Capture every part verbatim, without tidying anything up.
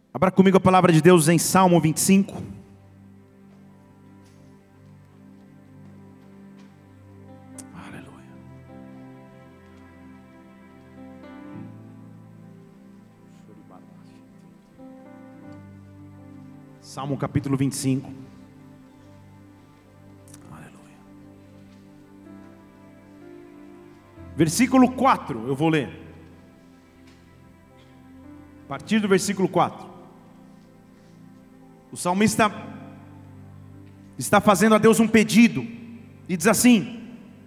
Abra comigo a palavra de Deus em Salmo vinte e cinco. Aleluia. Salmo capítulo vinte e cinco. Aleluia. Versículo quatro, eu vou ler. A partir do versículo quatro. O salmista está fazendo a Deus um pedido e diz assim: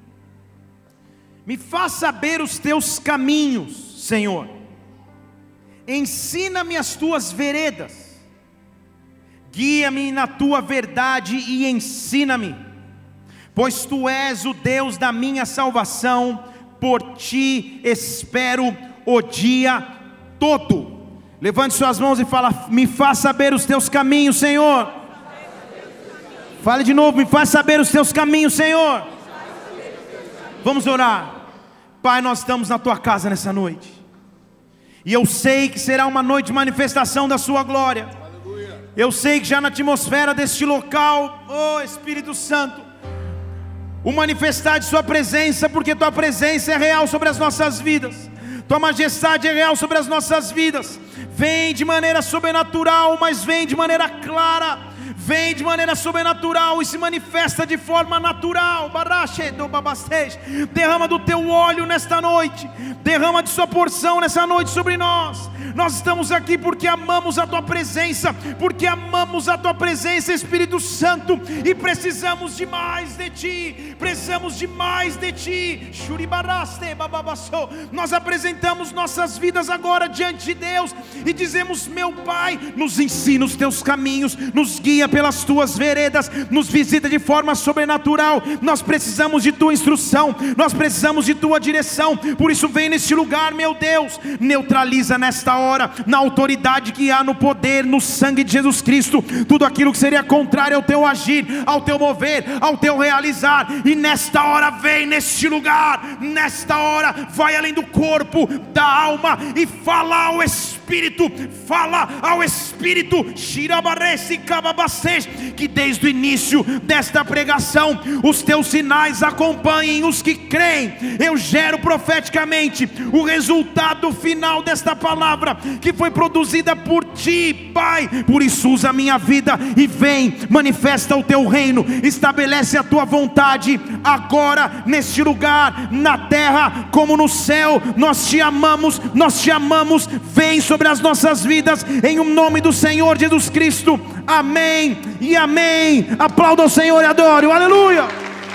me faz saber os teus caminhos, Senhor, ensina-me as tuas veredas, guia-me na tua verdade e ensina-me, pois tu és o Deus da minha salvação, por ti espero o dia todo. Levante suas mãos e fala: me faz saber os teus caminhos, Senhor. Fale de novo: me faz saber os teus caminhos, Senhor. Vamos orar. Pai, nós estamos na tua casa nessa noite, e eu sei que será uma noite de manifestação da sua glória. Eu sei que já na atmosfera deste local, oh Espírito Santo, o manifestar de sua presença, porque tua presença é real sobre as nossas vidas, tua majestade é real sobre as nossas vidas. Vem de maneira sobrenatural, mas vem de maneira clara. Vem de maneira sobrenatural e se manifesta de forma natural. Derrama do teu óleo nesta noite, derrama de sua porção nessa noite sobre nós. Nós estamos aqui porque amamos a tua presença, porque amamos a tua presença, Espírito Santo, e precisamos de mais de ti, precisamos de mais de ti. Nós apresentamos nossas vidas agora diante de Deus e dizemos: meu Pai, nos ensina os teus caminhos, nos guia pelas tuas veredas, nos visita de forma sobrenatural. Nós precisamos de tua instrução, nós precisamos de tua direção. Por isso vem neste lugar, meu Deus, neutraliza nesta hora, na autoridade que há no poder, no sangue de Jesus Cristo, tudo aquilo que seria contrário ao teu agir, ao teu mover, ao teu realizar. E nesta hora vem neste lugar, nesta hora vai além do corpo, da alma, e fala ao Espírito, fala ao Espírito, que desde o início desta pregação os teus sinais acompanhem os que creem. Eu gero profeticamente o resultado final desta palavra que foi produzida por ti, Pai. Por isso usa a minha vida e vem, manifesta o teu reino, estabelece a tua vontade agora neste lugar, na terra como no céu. Nós te amamos, nós te amamos. Vem sobre as nossas vidas, em o nome do Senhor Jesus Cristo. Amém e amém. Aplauda o Senhor e adore, aleluia.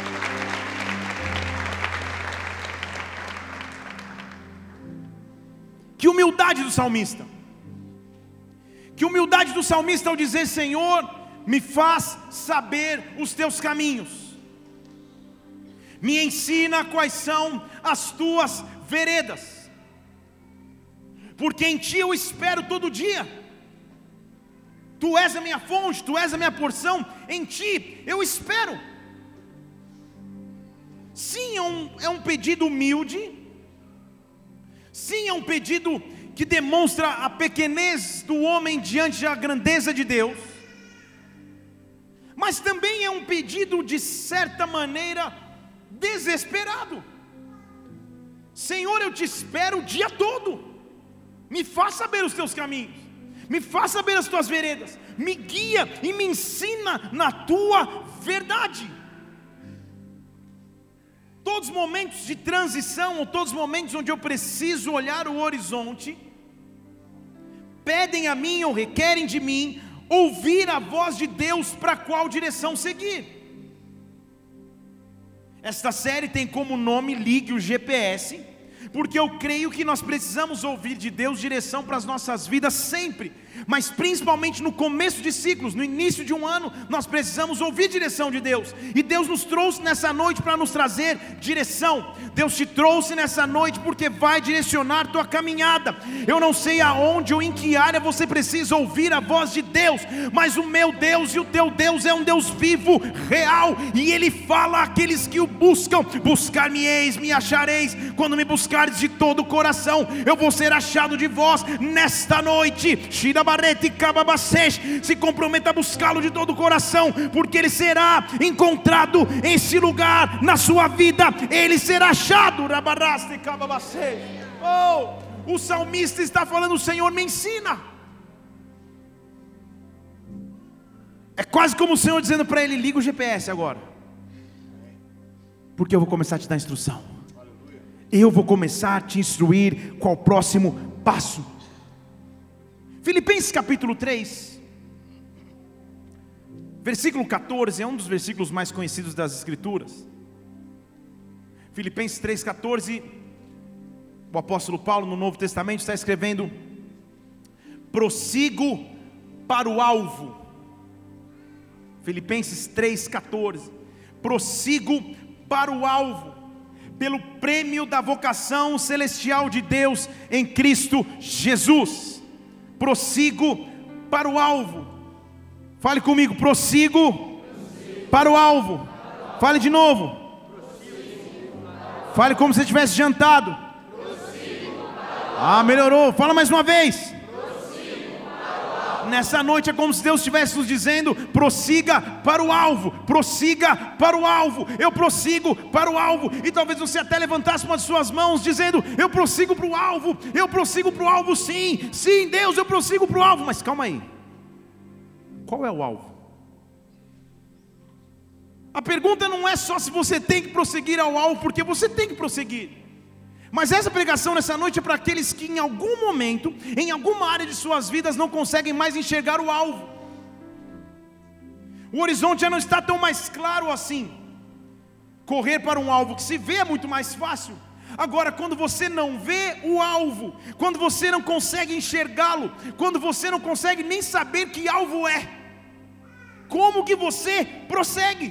Que humildade do salmista, que humildade do salmista ao dizer: Senhor, me faz saber os teus caminhos, me ensina quais são as tuas veredas, porque em ti eu espero todo dia. Tu és a minha fonte, tu és a minha porção, em ti eu espero. Sim, é um, é um pedido humilde. Sim, é um pedido que demonstra a pequenez do homem diante da grandeza de Deus. Mas também é um pedido de certa maneira desesperado. Senhor, eu te espero o dia todo. Me faz saber os teus caminhos, me faz saber as tuas veredas, me guia e me ensina na tua verdade. Todos os momentos de transição, ou todos os momentos onde eu preciso olhar o horizonte, pedem a mim ou requerem de mim ouvir a voz de Deus para qual direção seguir. Esta série tem como nome Ligue o G P S, porque eu creio que nós precisamos ouvir de Deus direção para as nossas vidas sempre, mas principalmente no começo de ciclos, no início de um ano, nós precisamos ouvir direção de Deus. E Deus nos trouxe nessa noite para nos trazer direção. Deus te trouxe nessa noite porque vai direcionar tua caminhada. Eu não sei aonde ou em que área você precisa ouvir a voz de Deus, mas o meu Deus e o teu Deus é um Deus vivo, real, e Ele fala àqueles que o buscam: buscar-me-eis, me achareis, quando me buscar buscardes de todo o coração, eu vou ser achado de vós nesta noite. Se comprometa a buscá-lo de todo o coração, porque ele será encontrado em esse lugar na sua vida, ele será achado. Oh, o salmista está falando: o Senhor me ensina. É quase como o Senhor dizendo para ele: liga o G P S agora, porque eu vou começar a te dar instrução. Eu vou começar a te instruir qual o próximo passo. Filipenses capítulo três, versículo quatorze, é um dos versículos mais conhecidos das Escrituras. Filipenses três, quatorze, o apóstolo Paulo no Novo Testamento está escrevendo: prossigo para o alvo. Filipenses três, quatorze, prossigo para o alvo, pelo prêmio da vocação celestial de Deus em Cristo Jesus. Prossigo para o alvo. Fale comigo: prossigo, prossigo para o alvo. Para o alvo. Fale de novo. Fale como se tivesse jantado. Ah, melhorou. Fala mais uma vez. Nessa noite é como se Deus estivesse nos dizendo: prossiga para o alvo, prossiga para o alvo. Eu prossigo para o alvo. E talvez você até levantasse uma de suas mãos dizendo: eu prossigo para o alvo, eu prossigo para o alvo, sim, sim, Deus, eu prossigo para o alvo. Mas calma aí, qual é o alvo? A pergunta não é só se você tem que prosseguir ao alvo, porque você tem que prosseguir. Mas essa pregação nessa noite é para aqueles que em algum momento, em alguma área de suas vidas, não conseguem mais enxergar o alvo. O horizonte já não está tão mais claro assim. Correr para um alvo que se vê é muito mais fácil. Agora, quando você não vê o alvo, quando você não consegue enxergá-lo, quando você não consegue nem saber que alvo é, como que você prossegue?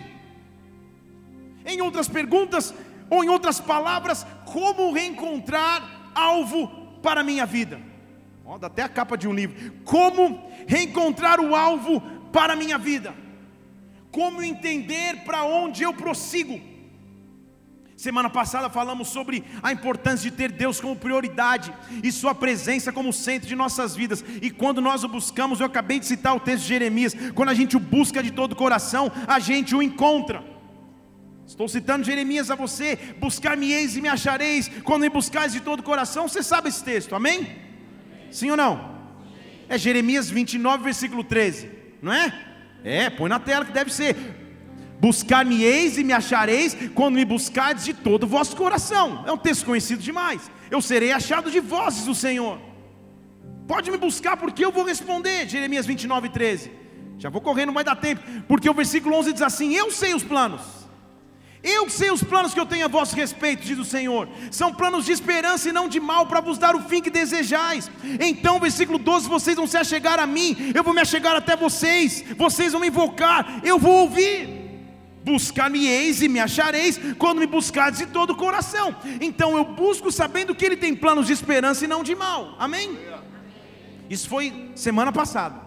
Em outras perguntas, ou em outras palavras, como reencontrar alvo para a minha vida? Oh, dá até a capa de um livro. Como reencontrar o alvo para a minha vida? Como entender para onde eu prossigo? Semana passada falamos sobre a importância de ter Deus como prioridade e sua presença como centro de nossas vidas. E quando nós o buscamos, eu acabei de citar o texto de Jeremias, quando a gente o busca de todo o coração, a gente o encontra. Estou citando Jeremias a você: buscar-me-eis e me achareis, quando me buscares de todo o coração. Você sabe esse texto, amém? Amém. Sim ou não? Sim. É Jeremias vinte e nove, versículo treze, não é? É, põe na tela que deve ser: buscar-me-eis e me achareis, quando me buscardes de todo o vosso coração. É um texto conhecido demais. Eu serei achado de vós, diz o Senhor. Pode me buscar, porque eu vou responder. Jeremias vinte e nove, treze. Já vou correndo, não vai dar tempo, porque o versículo onze diz assim: eu sei os planos, eu sei os planos que eu tenho a vosso respeito, diz o Senhor, são planos de esperança e não de mal, para vos dar o fim que desejais. Então, versículo doze, vocês vão se achegar a mim, eu vou me achegar até vocês, vocês vão me invocar, eu vou ouvir. Buscar-me-eis e me achareis, quando me buscardes de todo o coração. Então eu busco sabendo que Ele tem planos de esperança e não de mal, amém? Isso foi semana passada.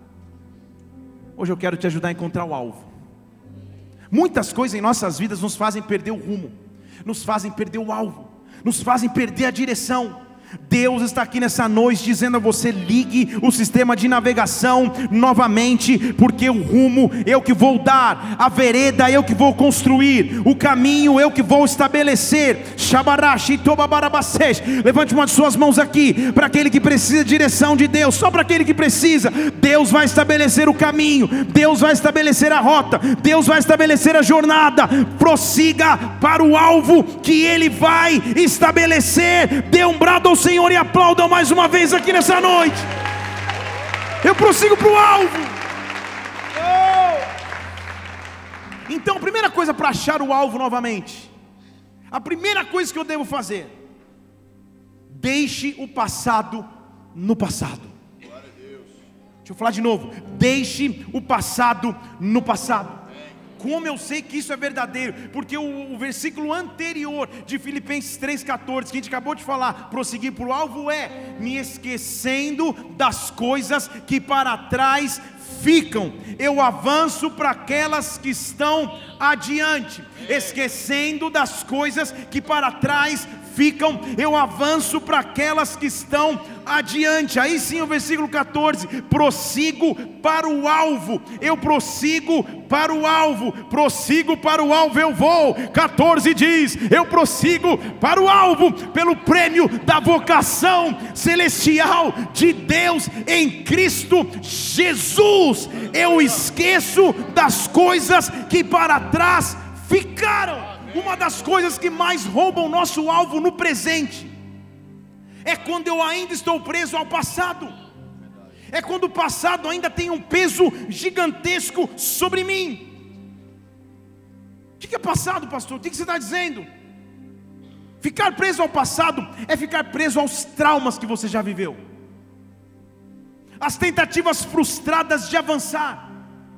Hoje eu quero te ajudar a encontrar o alvo. Muitas coisas em nossas vidas nos fazem perder o rumo, nos fazem perder o alvo, nos fazem perder a direção. Deus está aqui nessa noite dizendo a você: ligue o sistema de navegação novamente, porque o rumo eu que vou dar, a vereda eu que vou construir, o caminho eu que vou estabelecer. Levante uma de suas mãos aqui, para aquele que precisa de direção de Deus, só para aquele que precisa. Deus vai estabelecer o caminho, Deus vai estabelecer a rota, Deus vai estabelecer a jornada. Prossiga para o alvo que Ele vai estabelecer. Dê um brado ao Senhor e aplaudam mais uma vez aqui nessa noite. Eu prossigo para o alvo. Oh! Então, a primeira coisa para achar o alvo novamente, a primeira coisa que eu devo fazer: deixe o passado no passado. Glória a Deus. Deixa eu falar de novo: deixe o passado no passado. Como eu sei que isso é verdadeiro? Porque o, o versículo anterior de Filipenses três, quatorze, que a gente acabou de falar, prosseguir para o alvo, é: me esquecendo das coisas que para trás ficam, eu avanço para aquelas que estão adiante. Esquecendo das coisas que para trás ficam, eu avanço para aquelas que estão adiante. Aí sim o versículo catorze, prossigo para o alvo, eu prossigo para o alvo, prossigo para o alvo eu vou. catorze diz, eu prossigo para o alvo, pelo prêmio da vocação celestial de Deus em Cristo Jesus. Eu esqueço das coisas que para trás ficaram. Uma das coisas que mais roubam o nosso alvo no presente é quando eu ainda estou preso ao passado. É quando o passado ainda tem um peso gigantesco sobre mim. O que é passado, pastor? O que você está dizendo? Ficar preso ao passado é ficar preso aos traumas que você já viveu, as tentativas frustradas de avançar,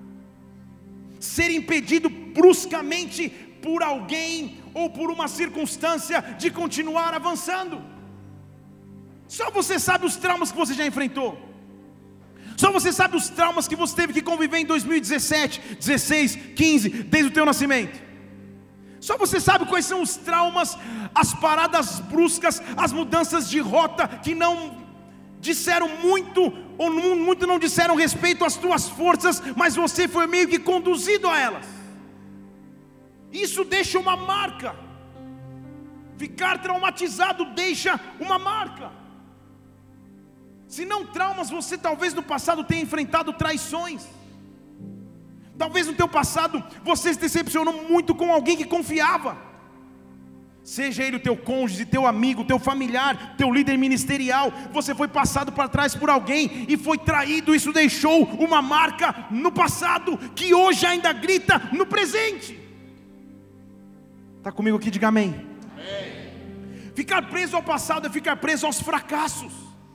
ser impedido bruscamente por alguém ou por uma circunstância de continuar avançando. Só você sabe os traumas que você já enfrentou. Só você sabe os traumas que você teve que conviver em dois mil e dezessete, dezesseis, quinze, desde o teu nascimento. Só você sabe quais são os traumas, as paradas bruscas, as mudanças de rota que não disseram muito, ou muito não disseram respeito às tuas forças, mas você foi meio que conduzido a elas. Isso deixa uma marca. Ficar traumatizado deixa uma marca. Se não traumas, você talvez no passado tenha enfrentado traições. Talvez no teu passado você se decepcionou muito com alguém que confiava. Seja ele o teu cônjuge, teu amigo, teu familiar, teu líder ministerial. Você foi passado para trás por alguém e foi traído. Isso deixou uma marca no passado que hoje ainda grita no presente. Está comigo aqui? Diga amém. Amém. Ficar preso ao passado é ficar preso aos fracassos.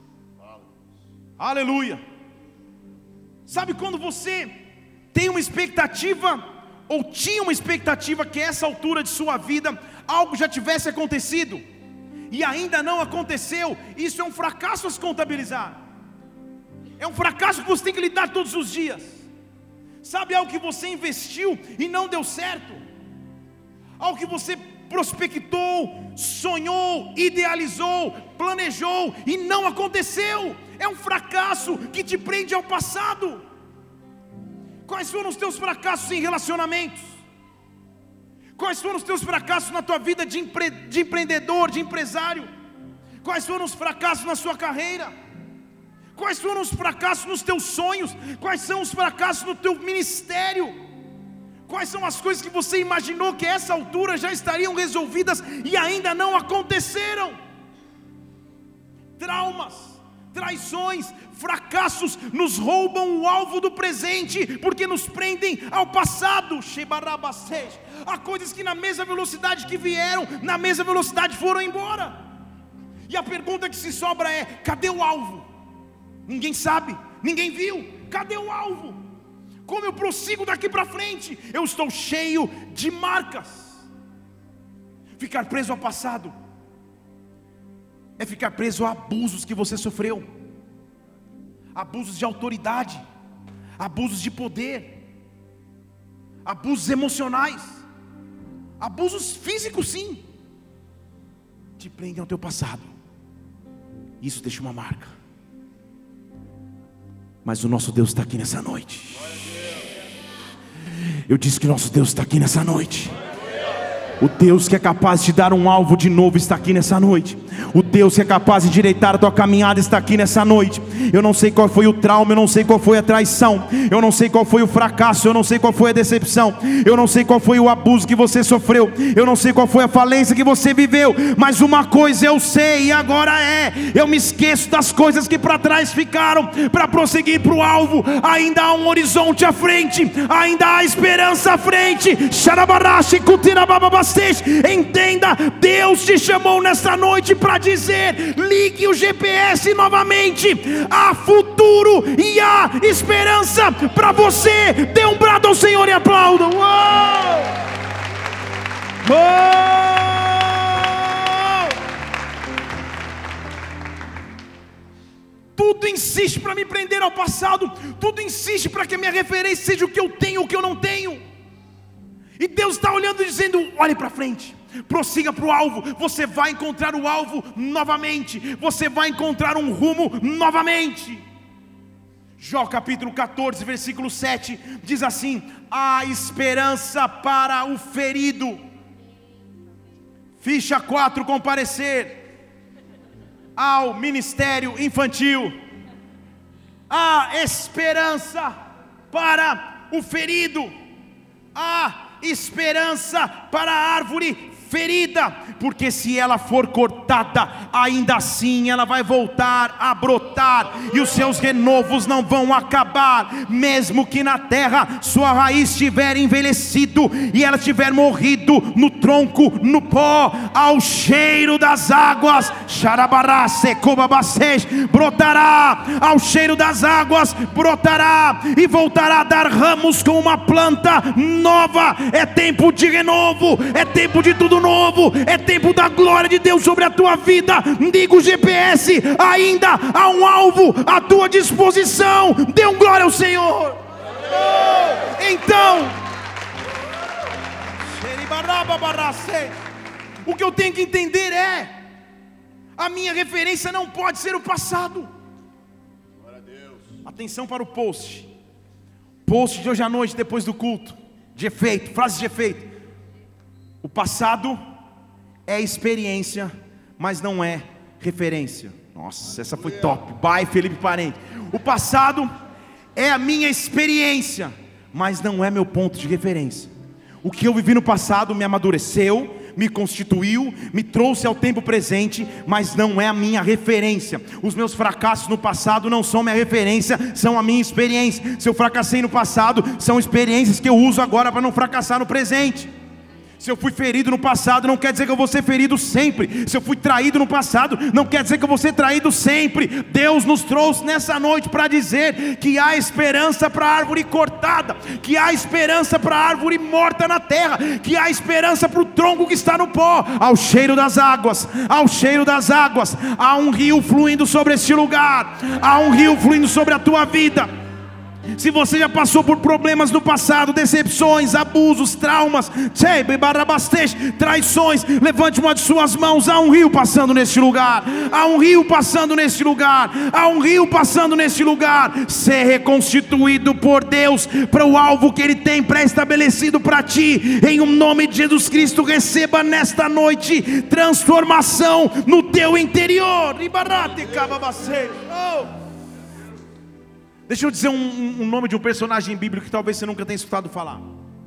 Aleluia. Sabe quando você tem uma expectativa, ou tinha uma expectativa que a essa altura de sua vida algo já tivesse acontecido e ainda não aconteceu? Isso é um fracasso a se contabilizar. É um fracasso que você tem que lidar todos os dias. Sabe algo que você investiu e não deu certo? Algo que você prospectou, sonhou, idealizou, planejou e não aconteceu. É um fracasso que te prende ao passado. Quais foram os teus fracassos em relacionamentos? Quais foram os teus fracassos na tua vida de, empre... de empreendedor, de empresário? Quais foram os fracassos na sua carreira? Quais foram os fracassos nos teus sonhos? Quais são os fracassos no teu ministério? Quais são as coisas que você imaginou que a essa altura já estariam resolvidas e ainda não aconteceram? Traumas, traições, fracassos nos roubam o alvo do presente, porque nos prendem ao passado. Há coisas que na mesma velocidade que vieram, na mesma velocidade foram embora. E a pergunta que se sobra é: cadê o alvo? Ninguém sabe, ninguém viu. Cadê o alvo? Como eu prossigo daqui para frente? Eu estou cheio de marcas. Ficar preso ao passado é ficar preso a abusos que você sofreu, abusos de autoridade, abusos de poder, abusos emocionais, abusos físicos, sim. Te prendem ao teu passado. Isso deixa uma marca. Mas o nosso Deus está aqui nessa noite. Eu disse que nosso Deus está aqui nessa noite. O Deus que é capaz de te dar um alvo de novo está aqui nessa noite. O Deus que é capaz de endireitar a tua caminhada está aqui nessa noite. Eu não sei qual foi o trauma, eu não sei qual foi a traição, eu não sei qual foi o fracasso, eu não sei qual foi a decepção, eu não sei qual foi o abuso que você sofreu, eu não sei qual foi a falência que você viveu. Mas uma coisa eu sei, e agora é: eu me esqueço das coisas que para trás ficaram, para prosseguir para o alvo. Ainda há um horizonte à frente, ainda há esperança à frente. Entenda, Deus te chamou nessa noite para dizer: ligue o G P S novamente. Há futuro e há esperança para você. Dê um brado ao Senhor e aplauda. Uou! Uou! Tudo insiste para me prender ao passado. Tudo insiste para que a minha referência seja o que eu tenho, o que eu não tenho. E Deus está olhando e dizendo: olhe para frente, prossiga para o alvo, você vai encontrar o alvo novamente, você vai encontrar um rumo novamente. Jó capítulo quatorze, versículo sete, diz assim: há esperança para o ferido. Ficha quatro, comparecer ao ministério infantil. Há esperança para o ferido. Há esperança para a árvore ferida, porque se ela for cortada, ainda assim ela vai voltar a brotar, e os seus renovos não vão acabar, mesmo que na terra sua raiz tiver envelhecido e ela tiver morrido no tronco, no pó, ao cheiro das águas, brotará, ao cheiro das águas brotará, e voltará a dar ramos como uma planta nova. É tempo de renovo, é tempo de tudo novo, é tempo da glória de Deus sobre a tua vida. Diga o G P S, ainda há um alvo à tua disposição. Dê um glória ao Senhor. Oh, então, o que eu tenho que entender é: a minha referência não pode ser o passado. Atenção para o post Post de hoje à noite, depois do culto, de efeito, frases de efeito. O passado é experiência, mas não é referência. Nossa, essa foi top. Bye, Felipe Parente. O passado é a minha experiência, mas não é meu ponto de referência. O que eu vivi no passado me amadureceu, me constituiu, me trouxe ao tempo presente, mas não é a minha referência. Os meus fracassos no passado não são minha referência, são a minha experiência. Se eu fracassei no passado, são experiências que eu uso agora para não fracassar no presente. Se eu fui ferido no passado, não quer dizer que eu vou ser ferido sempre. Se eu fui traído no passado, não quer dizer que eu vou ser traído sempre. Deus nos trouxe nessa noite para dizer que há esperança para a árvore cortada, que há esperança para a árvore morta na terra, que há esperança para o tronco que está no pó. Ao cheiro das águas, ao cheiro das águas, há um rio fluindo sobre este lugar, há um rio fluindo sobre a tua vida. Se você já passou por problemas no passado, decepções, abusos, traumas, traições, levante uma de suas mãos. Há um rio passando neste lugar, há um rio passando neste lugar, há um rio passando neste lugar. Ser reconstituído por Deus para o alvo que Ele tem pré-estabelecido para ti. Em um nome de Jesus Cristo, receba nesta noite transformação no teu interior. Oh. Deixa eu dizer um, um nome de um personagem bíblico que talvez você nunca tenha escutado falar.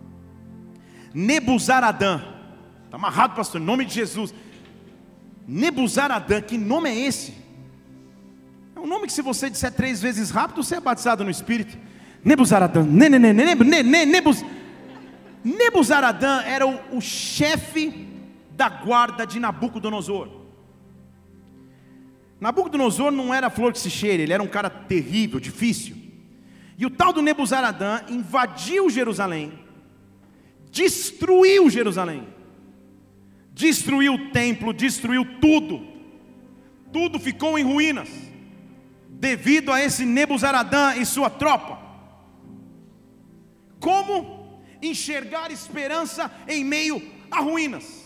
Nebuzaradã. Está amarrado, pastor, em nome de Jesus. Nebuzaradã, que nome é esse? É um nome que, se você disser três vezes rápido, você é batizado no Espírito. Nebuzaradã. Ne, ne, ne, ne, ne, ne, Nebuz... Nebuzaradã era o, o chefe da guarda de Nabucodonosor. Nabucodonosor não era flor que se cheire, ele era um cara terrível, difícil. E o tal do Nebuzaradã invadiu Jerusalém, destruiu Jerusalém, destruiu o templo, destruiu tudo. Tudo ficou em ruínas, devido a esse Nebuzaradã e sua tropa. Como enxergar esperança em meio a ruínas?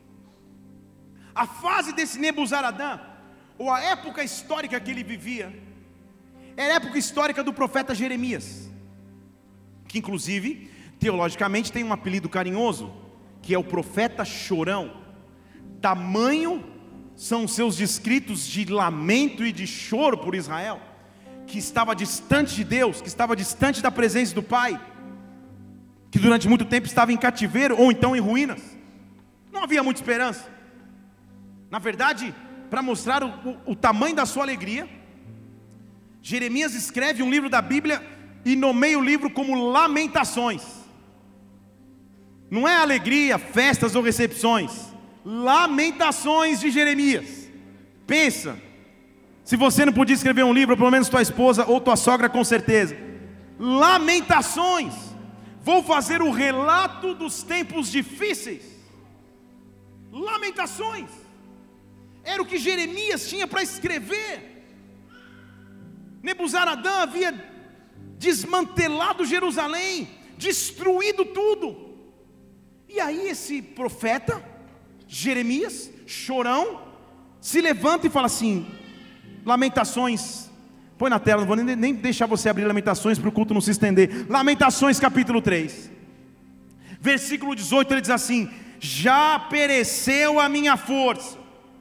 A fase desse Nebuzaradã, ou a época histórica que ele vivia, era a época histórica do profeta Jeremias, que inclusive, teologicamente, tem um apelido carinhoso, que é o profeta chorão. Tamanho são seus descritos de lamento e de choro por Israel, que estava distante de Deus, que estava distante da presença do Pai, que durante muito tempo estava em cativeiro, ou então em ruínas. Não havia muita esperança. Na verdade, para mostrar o, o, o tamanho da sua alegria, Jeremias escreve um livro da Bíblia e nomeia o livro como Lamentações. Não é alegria, festas ou recepções. Lamentações de Jeremias. Pensa, se você não podia escrever um livro, pelo menos tua esposa ou tua sogra com certeza. Lamentações. Vou fazer o relato dos tempos difíceis. Lamentações. Era o que Jeremias tinha para escrever. Nebuzaradã havia desmantelado Jerusalém, destruído tudo. E aí esse profeta Jeremias, chorão, se levanta e fala assim, Lamentações, põe na tela, não vou nem, nem deixar você abrir Lamentações para o culto não se estender. Lamentações capítulo três, versículo dezoito, ele diz assim: já pereceu a minha força,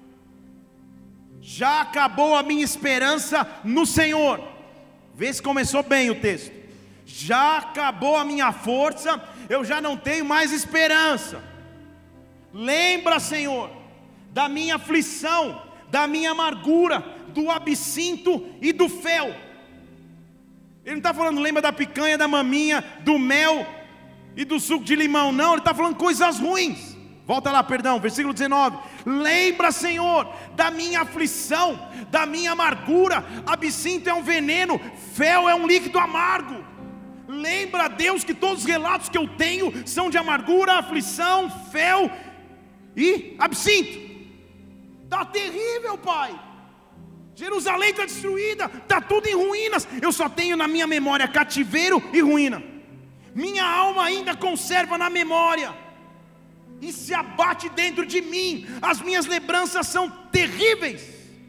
já acabou a minha esperança no Senhor. Vê se começou bem o texto. Já acabou a minha força, eu já não tenho mais esperança. Lembra, Senhor, da minha aflição, da minha amargura, do absinto e do fel. Ele não está falando lembra da picanha, da maminha, do mel e do suco de limão, não. Ele está falando coisas ruins. Volta lá, perdão, versículo dezenove. Lembra, Senhor, da minha aflição, da minha amargura. Absinto é um veneno, fel é um líquido amargo. Lembra, Deus, que todos os relatos que eu tenho são de amargura, aflição, fel e absinto. Está terrível, Pai. Jerusalém está destruída, está tudo em ruínas. Eu só tenho na minha memória cativeiro e ruína. Minha alma ainda conserva na memória e se abate dentro de mim. As minhas lembranças são terríveis.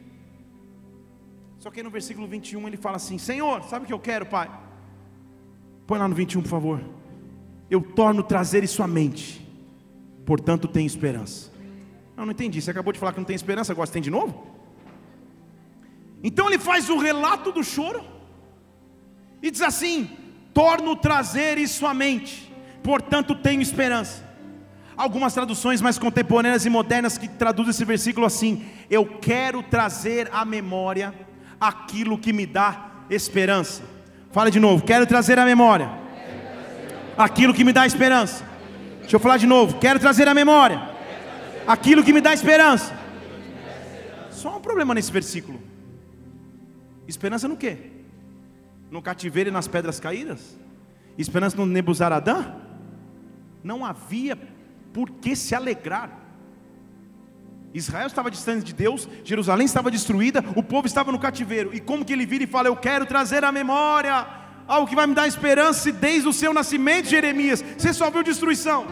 Só que no versículo vinte e um ele fala assim: Senhor, sabe o que eu quero, Pai? Põe lá no vinte e um, por favor. Eu torno trazer isso à mente, portanto tenho esperança. Não, não entendi, você acabou de falar que não tem esperança, agora você tem de novo? Então ele faz o relato do choro e diz assim: torno trazer isso à mente, portanto tenho esperança. Algumas traduções mais contemporâneas e modernas que traduzem esse versículo assim: eu quero trazer à memória aquilo que me dá esperança. Fala de novo: quero trazer à memória aquilo que me dá esperança. Deixa eu falar de novo: quero trazer à memória aquilo que me dá esperança. Só um problema nesse versículo: esperança no quê? No cativeiro e nas pedras caídas? Esperança no Nebuzaradã? Não havia por que se alegrar. Israel estava distante de Deus, Jerusalém estava destruída, o povo estava no cativeiro. E como que ele vira e fala: eu quero trazer à memória algo que vai me dar esperança? E desde o seu nascimento, Jeremias, você só viu destruição.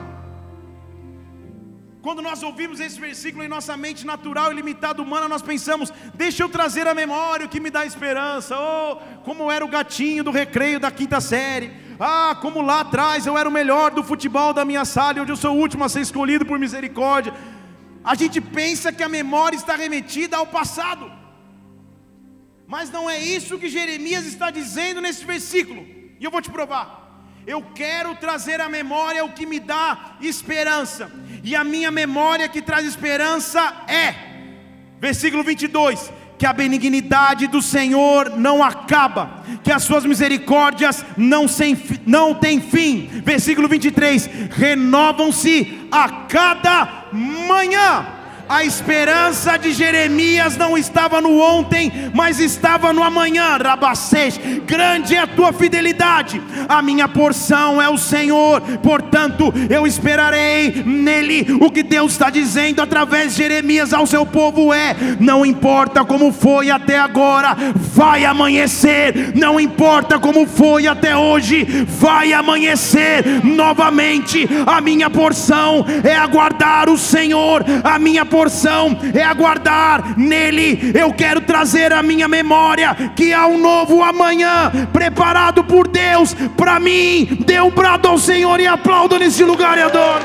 Quando nós ouvimos esse versículo em nossa mente natural e limitada humana, nós pensamos: deixa eu trazer à memória o que me dá esperança. Oh, como era o gatinho do recreio da quinta série. Ah, como lá atrás eu era o melhor do futebol da minha sala e hoje eu sou o último a ser escolhido por misericórdia. A gente pensa que a memória está remetida ao passado, mas não é isso que Jeremias está dizendo nesse versículo. E eu vou te provar. Eu quero trazer à memória o que me dá esperança. E a minha memória que traz esperança é, versículo vinte e dois, que a benignidade do Senhor não acaba, que as suas misericórdias não, sem, não têm fim. Versículo vinte e três, renovam-se a cada manhã. A esperança de Jeremias não estava no ontem, mas estava no amanhã. Rabacês, grande é a tua fidelidade. A minha porção é o Senhor, portanto eu esperarei nele. O que Deus está dizendo através de Jeremias ao seu povo é: não importa como foi até agora, vai amanhecer. Não importa como foi até hoje, vai amanhecer novamente. A minha porção é aguardar o Senhor. A minha porção porção é aguardar nele. Eu quero trazer à minha memória que há um novo amanhã preparado por Deus para mim. Dê um brado ao Senhor e aplauda nesse lugar e adoro.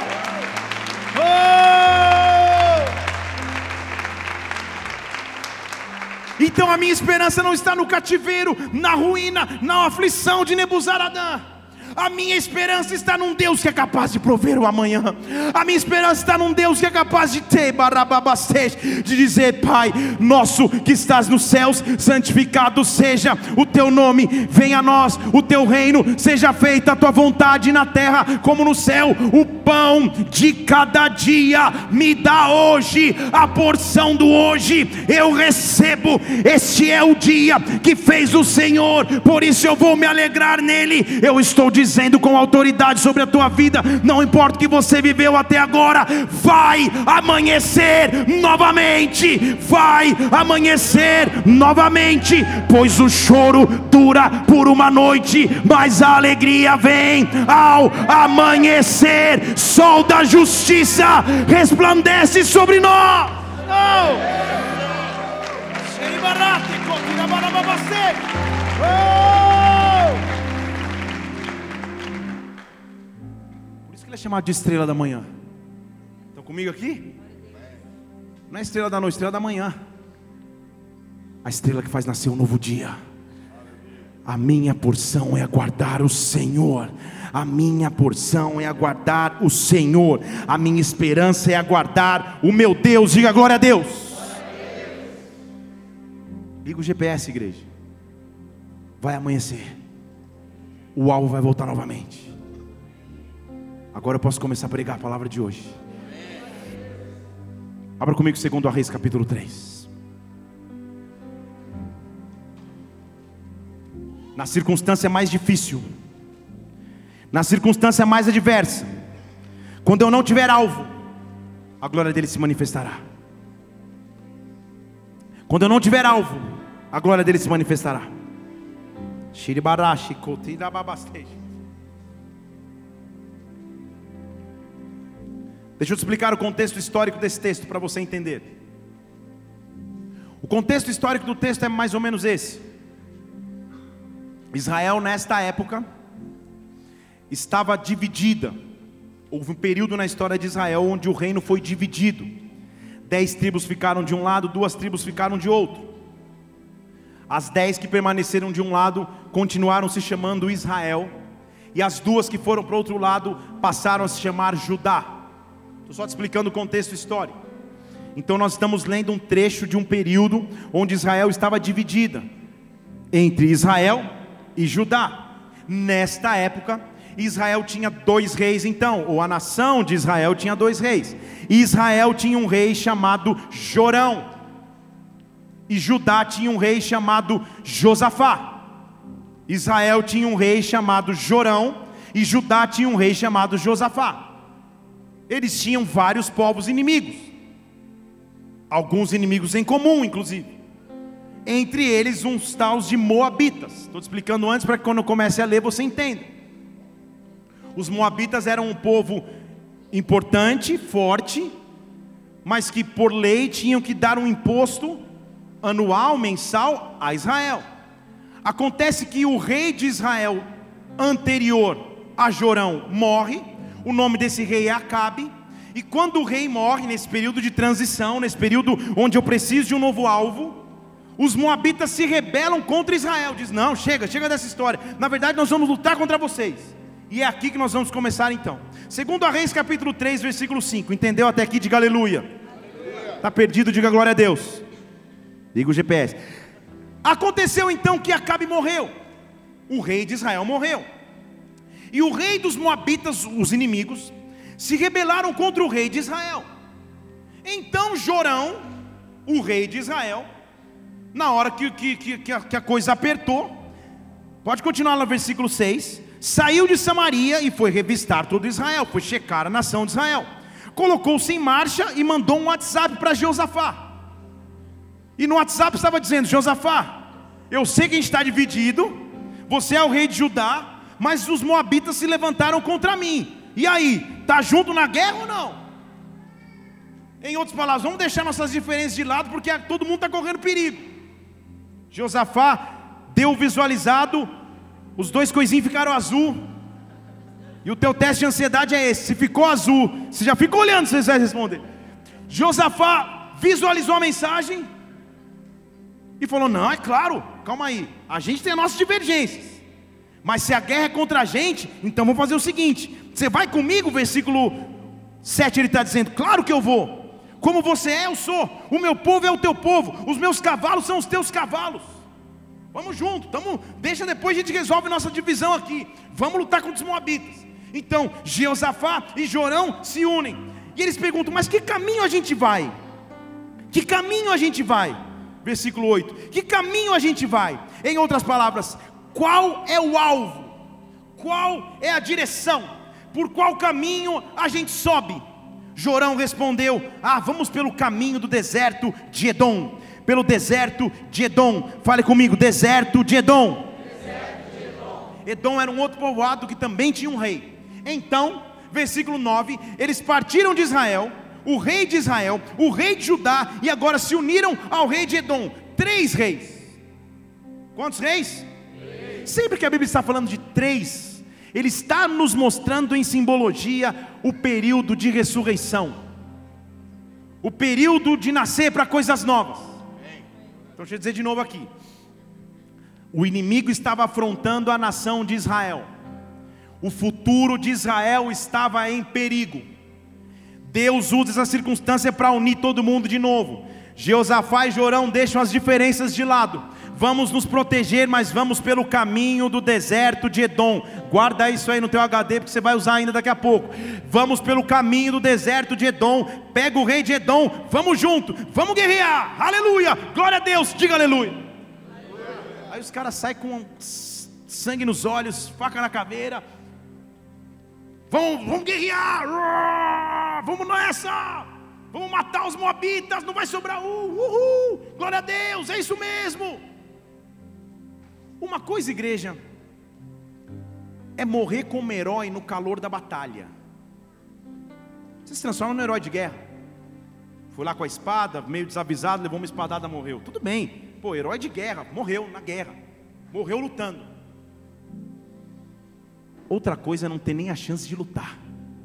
Oh! Então a minha esperança não está no cativeiro, na ruína, na aflição de Nebuzaradã. A minha esperança está num Deus que é capaz de prover o amanhã. A minha esperança está num Deus que é capaz de ter de dizer: Pai nosso que estás nos céus, santificado seja o teu nome, venha a nós o teu reino, seja feita a tua vontade na terra como no céu. O pão de cada dia me dá hoje, a porção do hoje eu recebo. Este é o dia que fez o Senhor, por isso eu vou me alegrar nele. Eu estou dizendo dizendo com autoridade sobre a tua vida: não importa o que você viveu até agora, vai amanhecer novamente, vai amanhecer novamente, pois o choro dura por uma noite, mas a alegria vem ao amanhecer. sol da justiça resplandece sobre nós. Oh! Por isso que ele é chamado de estrela da manhã. Estão comigo aqui? Não é estrela da noite, estrela da manhã. A estrela que faz nascer um novo dia. A minha porção é aguardar o Senhor. A minha porção é aguardar o Senhor. A minha esperança é aguardar o meu Deus. Diga glória a Deus. Liga o G P S, igreja. Vai amanhecer. O alvo vai voltar novamente. Agora eu posso começar a pregar a palavra de hoje. Abra comigo segundo Reis capítulo três. Na circunstância mais difícil, na circunstância mais adversa, quando eu não tiver alvo, a glória dele se manifestará. Quando eu não tiver alvo, a glória dele se manifestará. Deixa eu te explicar o contexto histórico desse texto para você entender. O contexto histórico do texto é mais ou menos esse. Israel nesta época estava dividida. Houve um período na história de Israel onde o reino foi dividido. Dez tribos ficaram de um lado, duas tribos ficaram de outro. As dez que permaneceram de um lado continuaram se chamando Israel, e as duas que foram para o outro lado passaram a se chamar Judá. Estou só te explicando o contexto histórico. Então nós estamos lendo um trecho de um período onde Israel estava dividida entre Israel e Judá. Nesta época, Israel tinha dois reis então, ou a nação de Israel tinha dois reis. Israel tinha um rei chamado Jorão, e Judá tinha um rei chamado Josafá. Israel tinha um rei chamado Jorão, e Judá tinha um rei chamado Josafá. Eles tinham vários povos inimigos, alguns inimigos em comum inclusive. Entre eles uns taus de moabitas. Estou te explicando antes para que quando eu comece a ler você entenda. Os moabitas eram um povo importante, forte, mas que por lei tinham que dar um imposto anual, mensal a Israel. Acontece que o rei de Israel anterior a Jorão morre. O nome desse rei é Acabe. E quando o rei morre, nesse período de transição, nesse período onde eu preciso de um novo alvo, os moabitas se rebelam contra Israel. Diz, não, chega, chega dessa história. Na verdade nós vamos lutar contra vocês. E é aqui que nós vamos começar então. Segundo a Reis capítulo três, versículo cinco. Entendeu até aqui? Diga aleluia. Está perdido, diga glória a Deus. Liga o G P S. Aconteceu então que Acabe morreu. O rei de Israel morreu. E o rei dos moabitas, os inimigos, se rebelaram contra o rei de Israel. Então Jorão, o rei de Israel, na hora que, que, que, que, a, que a coisa apertou, pode continuar no versículo seis, saiu de Samaria e foi revistar todo Israel, foi checar a nação de Israel. Colocou-se em marcha e mandou um WhatsApp para Josafá. E no WhatsApp estava dizendo, Josafá, eu sei que a gente está dividido, você é o rei de Judá, mas os moabitas se levantaram contra mim. E aí, está junto na guerra ou não? Em outras palavras, vamos deixar nossas diferenças de lado, porque todo mundo está correndo perigo. Josafá deu visualizado, os dois coisinhos ficaram azul. E o teu teste de ansiedade é esse, se ficou azul, você já fica olhando se você vai responder. Josafá visualizou a mensagem e falou, não, é claro, calma aí, a gente tem nossas divergências, mas se a guerra é contra a gente, então vamos fazer o seguinte, você vai comigo? Versículo sete ele está dizendo, claro que eu vou. Como você é, eu sou. O meu povo é o teu povo. Os meus cavalos são os teus cavalos. Vamos junto, tamo, deixa depois a gente resolve nossa divisão aqui. Vamos lutar contra os moabitas. Então Josafá e Jorão se unem. E eles perguntam, mas que caminho a gente vai? Que caminho a gente vai? Versículo oito, que caminho a gente vai? Em outras palavras, qual é o alvo? Qual é a direção? Por qual caminho a gente sobe? Jorão respondeu, ah, vamos pelo caminho do deserto de Edom. Pelo deserto de Edom. Fale comigo, deserto de Edom. Deserto de Edom. Edom era um outro povoado que também tinha um rei. Então, versículo nove, eles partiram de Israel, o rei de Israel, o rei de Judá, e agora se uniram ao rei de Edom. Três reis. Quantos reis? Três. Sempre que a Bíblia está falando de três, ele está nos mostrando em simbologia o período de ressurreição, o período de nascer para coisas novas. Então deixa eu dizer de novo aqui. O inimigo estava afrontando a nação de Israel. O futuro de Israel estava em perigo. Deus usa essa circunstância para unir todo mundo de novo. Jeosafá e Jorão deixam as diferenças de lado. Vamos nos proteger, mas vamos pelo caminho do deserto de Edom. Guarda isso aí no teu H D, porque você vai usar ainda daqui a pouco. Vamos pelo caminho do deserto de Edom. Pega o rei de Edom, vamos junto, vamos guerrear, aleluia, glória a Deus, diga aleluia, aleluia. Aí os caras saem com sangue nos olhos, faca na caveira. Vamos, vamos guerrear, vamos nessa, vamos matar os moabitas, não vai sobrar um, uhul, glória a Deus, é isso mesmo. Uma coisa, igreja, é morrer como herói no calor da batalha. Você se transforma num herói de guerra. Foi lá com a espada, meio desavisado, levou uma espadada, morreu. Tudo bem, pô, herói de guerra, morreu na guerra, morreu lutando. Outra coisa é não ter nem a chance de lutar.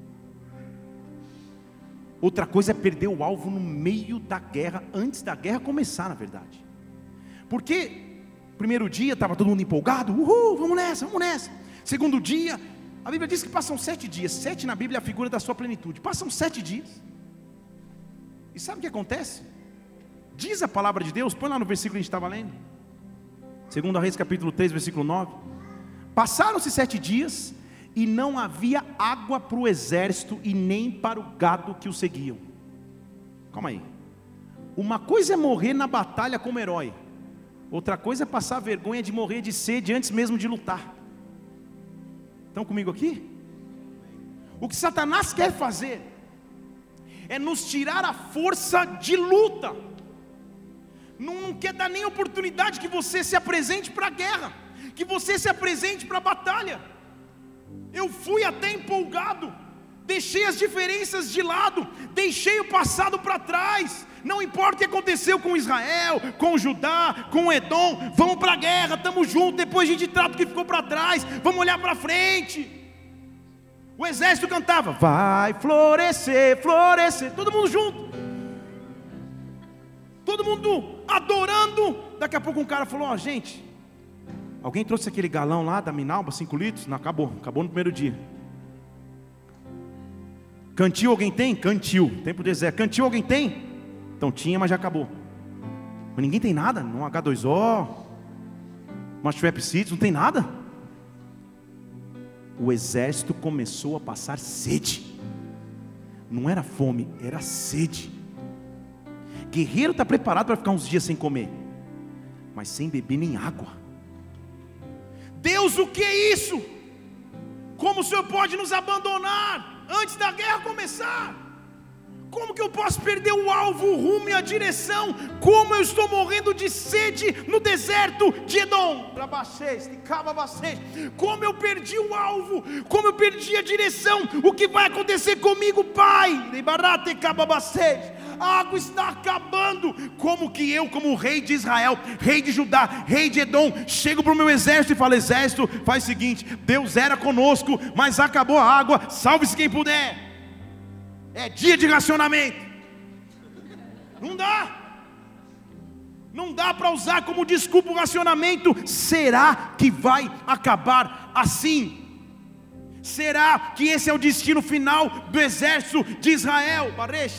Outra coisa é perder o alvo no meio da guerra, antes da guerra começar, na verdade. Porque primeiro dia estava todo mundo empolgado, uhul, vamos nessa, vamos nessa. Segundo dia, a Bíblia diz que passam sete dias. Sete na Bíblia é a figura da sua plenitude. Passam sete dias. E sabe o que acontece? Diz a palavra de Deus, põe lá no versículo que a gente estava lendo. Segundo Reis capítulo três, versículo nove. Passaram-se sete dias e não havia água para o exército e nem para o gado que o seguiam. Calma aí. Uma coisa é morrer na batalha como herói. Outra coisa é passar a vergonha de morrer de sede antes mesmo de lutar. Estão comigo aqui? O que Satanás quer fazer é nos tirar a força de luta. Não, não quer dar nem oportunidade que você se apresente para a guerra, que você se apresente para a batalha. Eu fui até empolgado, deixei as diferenças de lado, deixei o passado para trás. Não importa o que aconteceu com Israel, com Judá, com Edom, vamos para a guerra, estamos juntos, depois a gente trata o que ficou para trás, vamos olhar para frente. O exército cantava, vai florescer, florescer, todo mundo junto, todo mundo adorando. Daqui a pouco um cara falou, ó, gente, alguém trouxe aquele galão lá da Minalba, cinco litros? Não, acabou, acabou no primeiro dia. Cantil alguém tem? Cantil, tempo do deserto. Cantil alguém tem? Então tinha, mas já acabou. Mas ninguém tem nada, não H dois O, uma Schweppes, não tem nada. O exército começou a passar sede. Não era fome, era sede. Guerreiro está preparado para ficar uns dias sem comer, mas sem beber nem água. Deus, o que é isso? Como o Senhor pode nos abandonar antes da guerra começar? Como que eu posso perder o alvo, o rumo e a direção? Como eu estou morrendo de sede no deserto de Edom? Como eu perdi o alvo? Como eu perdi a direção? O que vai acontecer comigo, Pai? A água está acabando. Como que eu, como rei de Israel, rei de Judá, rei de Edom, chego para o meu exército e falo, exército, faz o seguinte, Deus era conosco, mas acabou a água, salve-se quem puder. É dia de racionamento. Não dá. Não dá para usar como desculpa o racionamento. Será que vai acabar assim? Será que esse é o destino final do exército de Israel?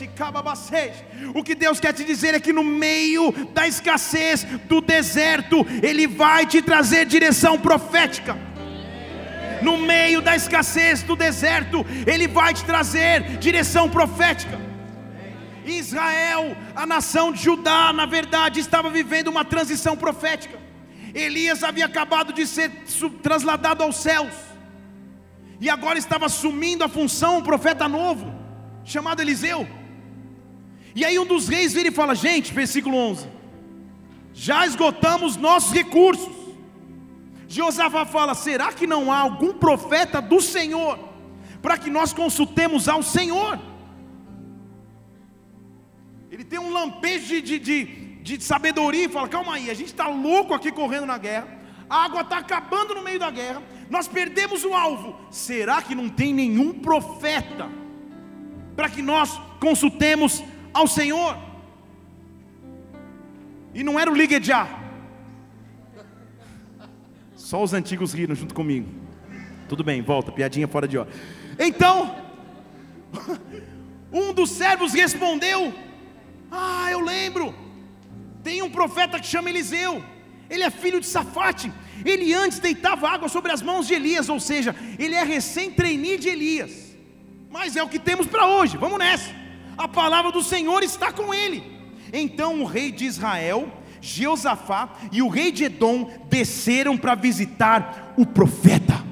O que Deus quer te dizer é que no meio da escassez do deserto, Ele vai te trazer direção profética. No meio da escassez do deserto, Ele vai te trazer direção profética. Israel, a nação de Judá, na verdade, estava vivendo uma transição profética. Elias havia acabado de ser trasladado aos céus, e agora estava assumindo a função um profeta novo, chamado Eliseu. E aí um dos reis vira e fala, gente, versículo onze, já esgotamos nossos recursos. Jeosafá fala, será que não há algum profeta do Senhor para que nós consultemos ao Senhor. Ele tem um lampejo de, de, de, de sabedoria e fala: calma aí, a gente está louco aqui correndo na guerra, a água está acabando no meio da guerra, nós perdemos o alvo, será que não tem nenhum profeta para que nós consultemos ao Senhor? E não era o Ligue-Já. Só os antigos riram junto comigo. Tudo bem, volta, piadinha fora de hora. Então, um dos servos respondeu: ah, eu lembro, tem um profeta que chama Eliseu, ele é filho de Safate, ele antes deitava água sobre as mãos de Elias, ou seja, ele é recém-trainee de Elias, mas é o que temos para hoje, vamos nessa, a palavra do Senhor está com ele. Então o rei de Israel, Jeosafá, e o rei de Edom desceram para visitar o profeta.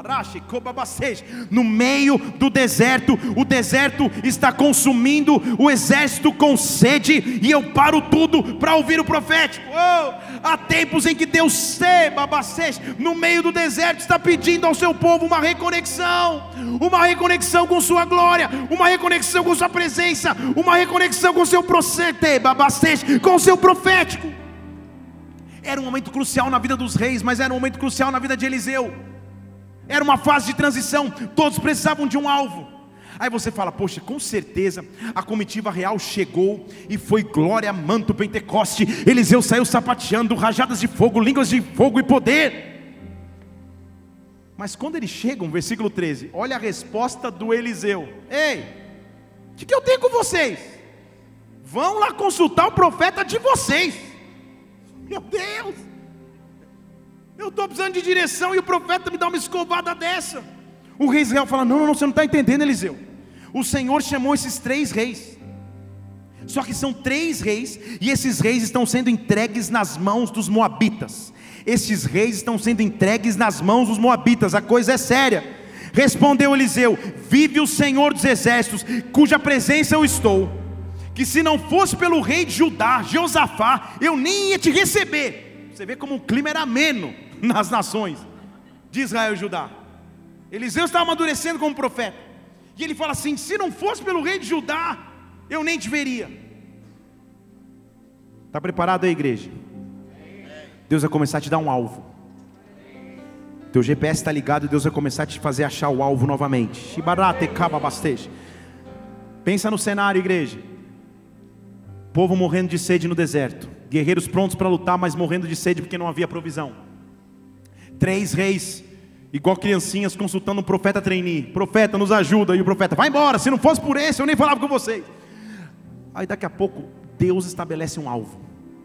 No meio do deserto, o deserto está consumindo o exército com sede, e eu paro tudo para ouvir o profético. Oh, há tempos em que Deus, no meio do deserto, está pedindo ao seu povo uma reconexão, uma reconexão com sua glória, uma reconexão com sua presença, uma reconexão com seu processo, com seu profético. Era um momento crucial na vida dos reis, mas era um momento crucial na vida de Eliseu. Era uma fase de transição, todos precisavam de um alvo. Aí você fala: poxa, com certeza a comitiva real chegou e foi glória, manto, Pentecoste. Eliseu saiu sapateando, rajadas de fogo, línguas de fogo e poder. Mas quando eles chegam, versículo treze, olha a resposta do Eliseu: ei, o que, que eu tenho com vocês? Vão lá consultar o profeta de vocês. Meu Deus, eu estou precisando de direção e o profeta me dá uma escovada dessa. O rei Israel fala: não, não, não, você não está entendendo, Eliseu. O Senhor chamou esses três reis, só que são três reis, e esses reis estão sendo entregues nas mãos dos moabitas. Esses reis estão sendo entregues nas mãos dos moabitas, a coisa é séria. Respondeu Eliseu: vive o Senhor dos exércitos, cuja presença eu estou, que se não fosse pelo rei de Judá, Jeosafá, eu nem ia te receber. Você vê como o clima era ameno nas nações de Israel e Judá. Eliseu estava amadurecendo como profeta, e ele fala assim: se não fosse pelo rei de Judá, eu nem te veria. Está preparado aí, igreja? Deus vai começar a te dar um alvo. Teu G P S está ligado e Deus vai começar a te fazer achar o alvo novamente. Pensa no cenário, igreja. Povo morrendo de sede no deserto, guerreiros prontos para lutar, mas morrendo de sede porque não havia provisão. Três reis, igual criancinhas, consultando um profeta trainee: profeta, nos ajuda. E o profeta: vai embora, se não fosse por esse eu nem falava com vocês. Aí daqui a pouco Deus estabelece um alvo.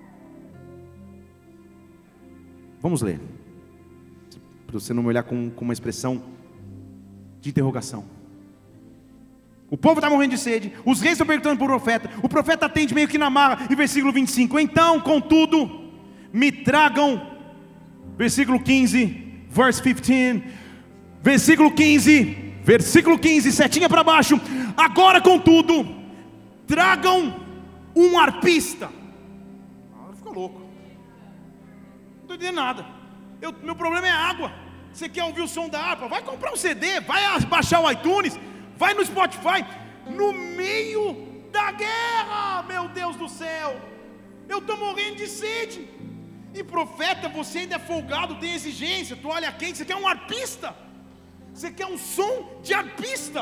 Vamos ler, para você não me olhar com, com uma expressão de interrogação. O povo está morrendo de sede, os reis estão perguntando para o profeta, o profeta atende meio que na marra. E versículo vinte e cinco: então, contudo, me tragam, versículo quinze, verse quinze, versículo quinze, versículo quinze, setinha para baixo. Agora, contudo, tragam um arpista. Ah, ficou louco, não estou entendendo nada. Eu, meu problema é água. Você quer ouvir o som da harpa? Vai comprar um C D, vai baixar o iTunes, vai no Spotify. No meio da guerra, meu Deus do céu, eu estou morrendo de sede. E profeta, você ainda é folgado, tem exigência, toalha quente, você quer um arpista? Você quer um som de arpista?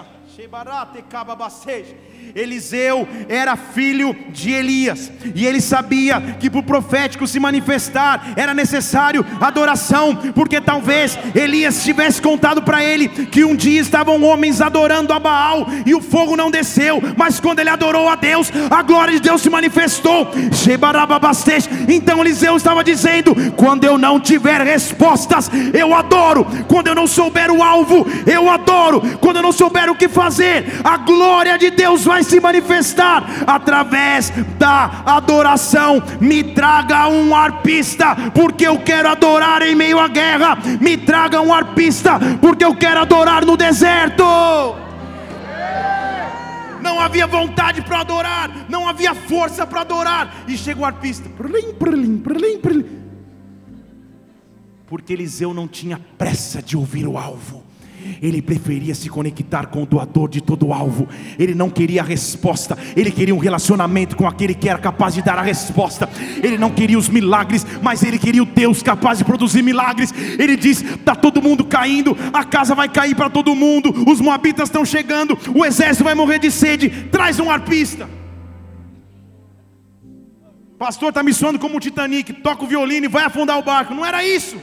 Eliseu era filho de Elias, e ele sabia que para o profético se manifestar era necessário adoração, porque talvez Elias tivesse contado para ele que um dia estavam homens adorando a Baal e o fogo não desceu, mas quando ele adorou a Deus, a glória de Deus se manifestou. Então Eliseu estava dizendo: quando eu não tiver respostas, eu adoro. Quando eu não souber o alvo, eu adoro. Quando eu não souber o que fazer, a glória de Deus vai se manifestar através da adoração. Me traga um arpista, porque eu quero adorar em meio à guerra. Me traga um arpista, porque eu quero adorar no deserto. Não havia vontade para adorar, não havia força para adorar, e chega o arpista, porque Eliseu não tinha pressa de ouvir o alvo. Ele preferia se conectar com o doador de todo o alvo. Ele não queria a resposta, ele queria um relacionamento com aquele que era capaz de dar a resposta. Ele não queria os milagres, mas ele queria o Deus capaz de produzir milagres. Ele diz: está todo mundo caindo, a casa vai cair para todo mundo, os moabitas estão chegando, o exército vai morrer de sede, traz um arpista. Pastor, está me soando como o Titanic, toca o violino e vai afundar o barco. Não era isso.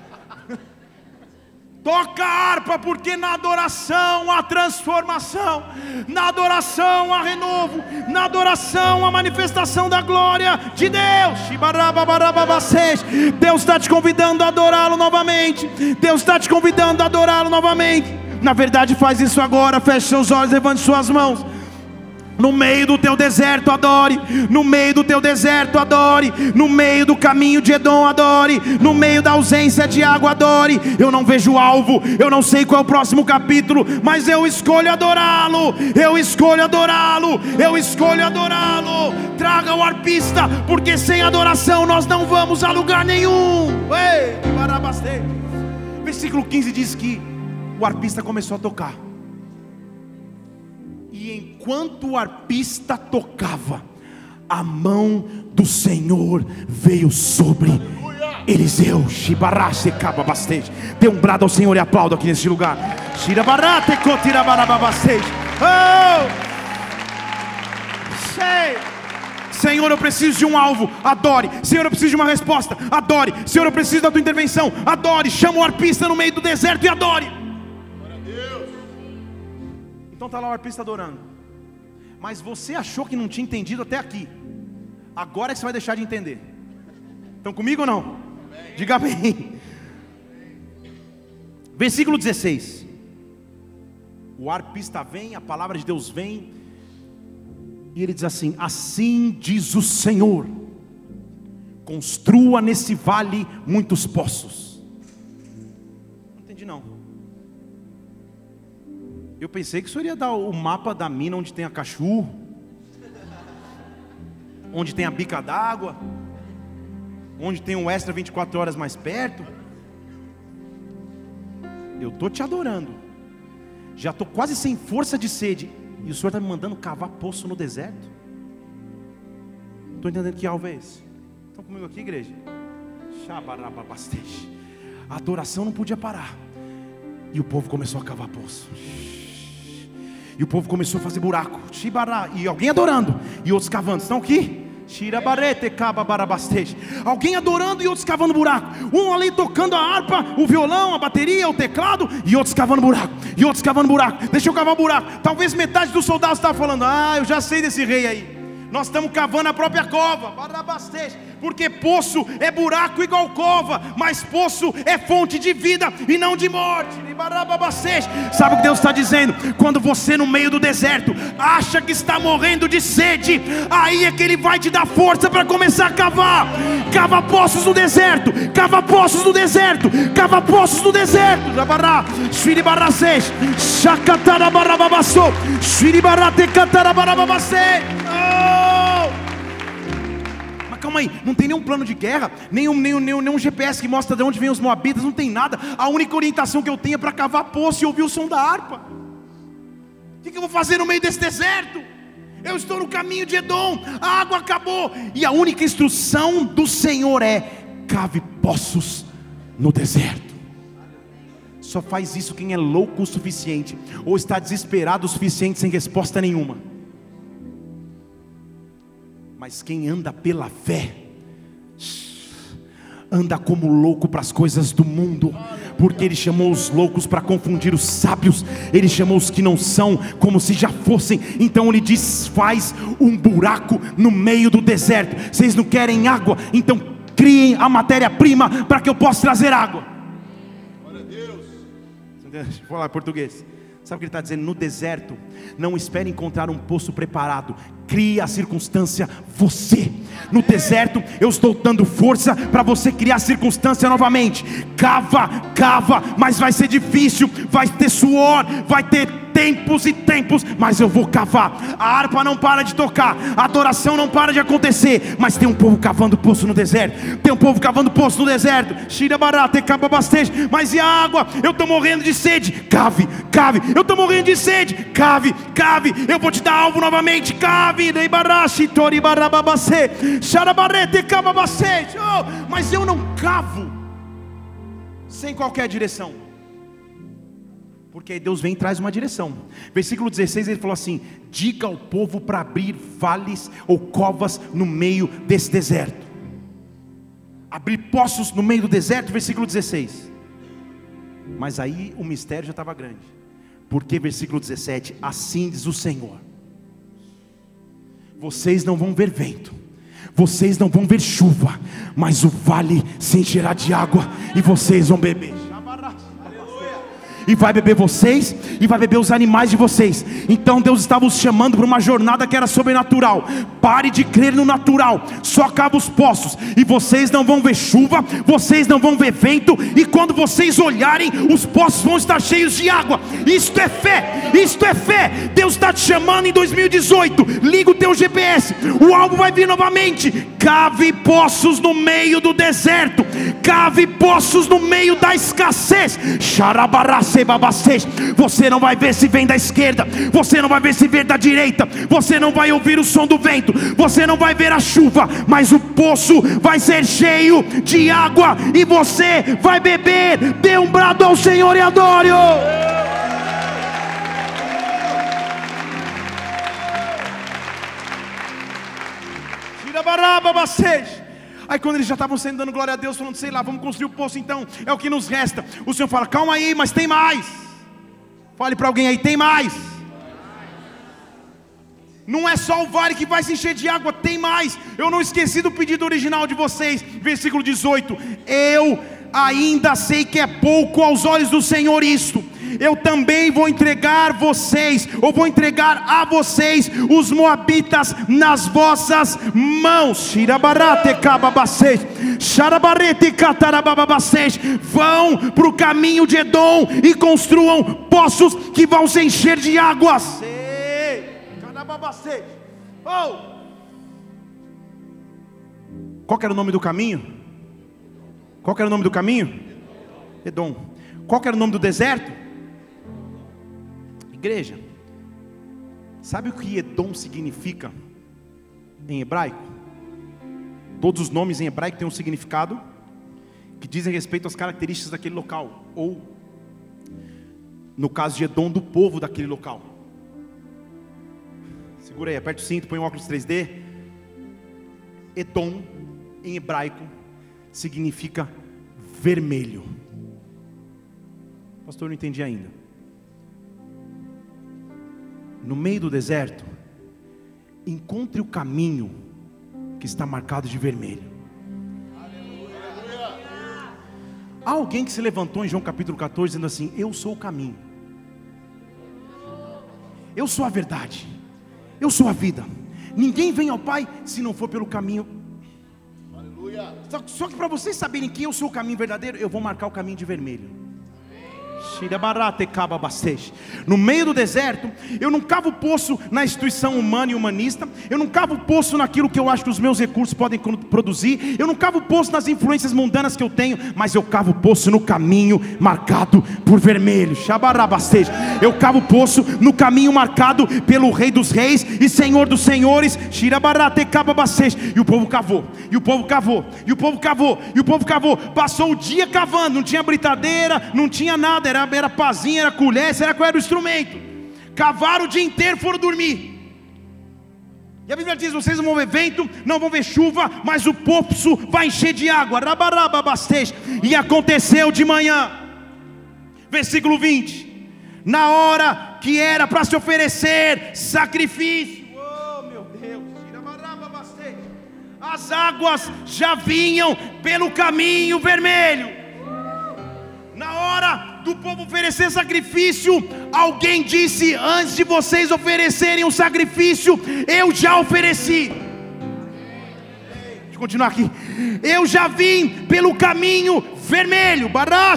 Toca a harpa, porque na adoração há transformação, na adoração há renovo, na adoração há manifestação da glória de Deus. Deus está te convidando a adorá-lo novamente. Deus está te convidando a adorá-lo novamente. Na verdade, faz isso agora. Feche seus olhos, levante suas mãos. No meio do teu deserto adore, no meio do teu deserto adore, no meio do caminho de Edom adore, no meio da ausência de água adore. Eu não vejo o alvo, eu não sei qual é o próximo capítulo, mas eu escolho adorá-lo, eu escolho adorá-lo, eu escolho adorá-lo. Traga o arpista, porque sem adoração nós não vamos a lugar nenhum. Ei, barabastei. Versículo quinze diz que o arpista começou a tocar. E enquanto o arpista tocava, a mão do Senhor veio sobre Eliseu. Dê um brado ao Senhor e aplauda aqui neste lugar. Oh! Senhor, eu preciso de um alvo, adore. Senhor, eu preciso de uma resposta, adore. Senhor, eu preciso da tua intervenção, adore. Chama o arpista no meio do deserto e adore. Então está lá o arpista adorando. Mas você achou que não tinha entendido até aqui. Agora é que você vai deixar de entender. Estão comigo ou não? Amém. Diga bem. Versículo dezesseis. O arpista vem, a palavra de Deus vem, e ele diz assim: assim diz o Senhor, construa nesse vale muitos poços. Não entendi não. Eu pensei que o senhor ia dar o mapa da mina onde tem a cachorro, onde tem a bica d'água, onde tem um extra vinte e quatro horas mais perto. Eu estou te adorando, já estou quase sem força de sede, e o senhor está me mandando cavar poço no deserto? Não estou entendendo que alvo é esse. Estão comigo aqui, igreja? A adoração não podia parar, e o povo começou a cavar poço. E o povo começou a fazer buraco, e alguém adorando, e outros cavando. Estão aqui? Alguém adorando e outros cavando buraco. Um ali tocando a harpa, o violão, a bateria, o teclado, e outros cavando buraco, e outros cavando buraco. Deixa eu cavar buraco. Talvez metade dos soldados estava falando: ah, eu já sei desse rei aí. Nós estamos cavando a própria cova. Porque poço é buraco igual cova, mas poço é fonte de vida e não de morte. Sabe o que Deus está dizendo? Quando você no meio do deserto acha que está morrendo de sede, aí é que Ele vai te dar força para começar a cavar. Cava poços no deserto, cava poços no deserto, cava poços no deserto. Mas calma aí, não tem nenhum plano de guerra, nenhum, nenhum, nenhum, nenhum G P S que mostra de onde vem os moabitas, não tem nada. A única orientação que eu tenho é para cavar poço e ouvir o som da harpa. O que, que eu vou fazer no meio desse deserto? Eu estou no caminho de Edom, a água acabou, e a única instrução do Senhor é: cave poços no deserto. Só faz isso quem é louco o suficiente, ou está desesperado o suficiente sem resposta nenhuma. Mas quem anda pela fé, anda como louco para as coisas do mundo, porque Ele chamou os loucos para confundir os sábios, Ele chamou os que não são como se já fossem. Então Ele diz: faz um buraco no meio do deserto. Vocês não querem água? Então criem a matéria-prima para que eu possa trazer água. Glória a Deus. Deixa eu falar em português. Sabe o que Ele está dizendo? No deserto, não espere encontrar um poço preparado, crie a circunstância você. No deserto, eu estou dando força para você criar a circunstância novamente. Cava, cava, mas vai ser difícil, vai ter suor, vai ter tempos e tempos, mas eu vou cavar. A harpa não para de tocar, a adoração não para de acontecer, mas tem um povo cavando poço no deserto. Tem um povo cavando poço no deserto. Mas e a água? Eu estou morrendo de sede. Cave, cave. Eu estou morrendo de sede. Cave, cave. Eu vou te dar alvo novamente. Cave. Oh, mas eu não cavo sem qualquer direção, porque aí Deus vem e traz uma direção. Versículo dezesseis, ele falou assim: diga ao povo para abrir vales ou covas no meio desse deserto. Abrir poços no meio do deserto, versículo dezesseis. Mas aí o mistério já estava grande, porque versículo dezessete: assim diz o Senhor, vocês não vão ver vento, vocês não vão ver chuva, mas o vale se encherá de água e vocês vão beber. E vai beber vocês, e vai beber os animais de vocês. Então Deus estava os chamando para uma jornada que era sobrenatural. Pare de crer no natural, só cava os poços, e vocês não vão ver chuva, vocês não vão ver vento, e quando vocês olharem, os poços vão estar cheios de água. Isto é fé, isto é fé. Deus está te chamando em dois mil e dezoito. Liga o teu G P S, o alvo vai vir novamente. Cave poços no meio do deserto, cave poços no meio da escassez. Você não vai ver se vem da esquerda, você não vai ver se vem da direita, você não vai ouvir o som do vento, você não vai ver a chuva, mas o poço vai ser cheio de água e você vai beber. Dê um brado ao Senhor e adore-o. Aí quando eles já estavam saindo dando glória a Deus, falando, sei lá, vamos construir o poço então, é o que nos resta. O Senhor fala, calma aí, mas tem mais. Fale para alguém aí, tem mais. Não é só o vale que vai se encher de água, tem mais. Eu não esqueci do pedido original de vocês. Versículo dezoito: eu ainda sei que é pouco aos olhos do Senhor isto. Eu também vou entregar vocês, ou vou entregar a vocês, os moabitas nas vossas mãos. Vão para o caminho de Edom e construam poços que vão se encher de águas. Qual que era o nome do caminho? Qual que era o nome do caminho? Edom. Qual que era o nome do deserto? Igreja, sabe o que Edom significa em hebraico? Todos os nomes em hebraico têm um significado que dizem respeito às características daquele local, ou no caso de Edom, do povo daquele local. Segura aí, aperte o cinto, põe um óculos três D. Edom em hebraico significa vermelho. Pastor, eu não entendi ainda. No meio do deserto, encontre o caminho que está marcado de vermelho. Há alguém que se levantou em João capítulo quatorze dizendo assim: eu sou o caminho, eu sou a verdade, eu sou a vida. Ninguém vem ao Pai se não for pelo caminho. Só, só que para vocês saberem que eu sou o caminho verdadeiro, eu vou marcar o caminho de vermelho. No meio do deserto, eu não cavo poço na instituição humana e humanista, eu não cavo poço naquilo que eu acho que os meus recursos podem produzir, eu não cavo poço nas influências mundanas que eu tenho, mas eu cavo poço no caminho marcado por vermelho. Eu cavo poço no caminho marcado pelo Rei dos Reis e Senhor dos Senhores. E o povo cavou, e o povo cavou, e o povo cavou, e o povo cavou. Passou o dia cavando, não tinha britadeira, não tinha nada, era, era pazinha, era colher, será qual era o instrumento? Cavaram o dia inteiro, foram dormir. E a Bíblia diz: vocês não vão ver vento, não vão ver chuva, mas o poço vai encher de água. E aconteceu de manhã, versículo vinte, na hora que era para se oferecer sacrifício, oh meu Deus, as águas já vinham pelo caminho vermelho. Na hora do povo oferecer sacrifício, alguém disse: antes de vocês oferecerem um sacrifício, eu já ofereci. Deixa eu continuar aqui. Eu já vim pelo caminho vermelho.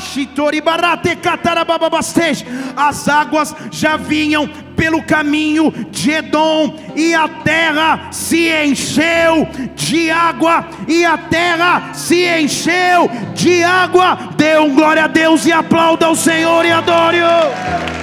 As águas já vinham pelo caminho de Edom, e a terra se encheu de água. E a terra se encheu de água. Dê um glória a Deus e aplauda ao Senhor e adore-o.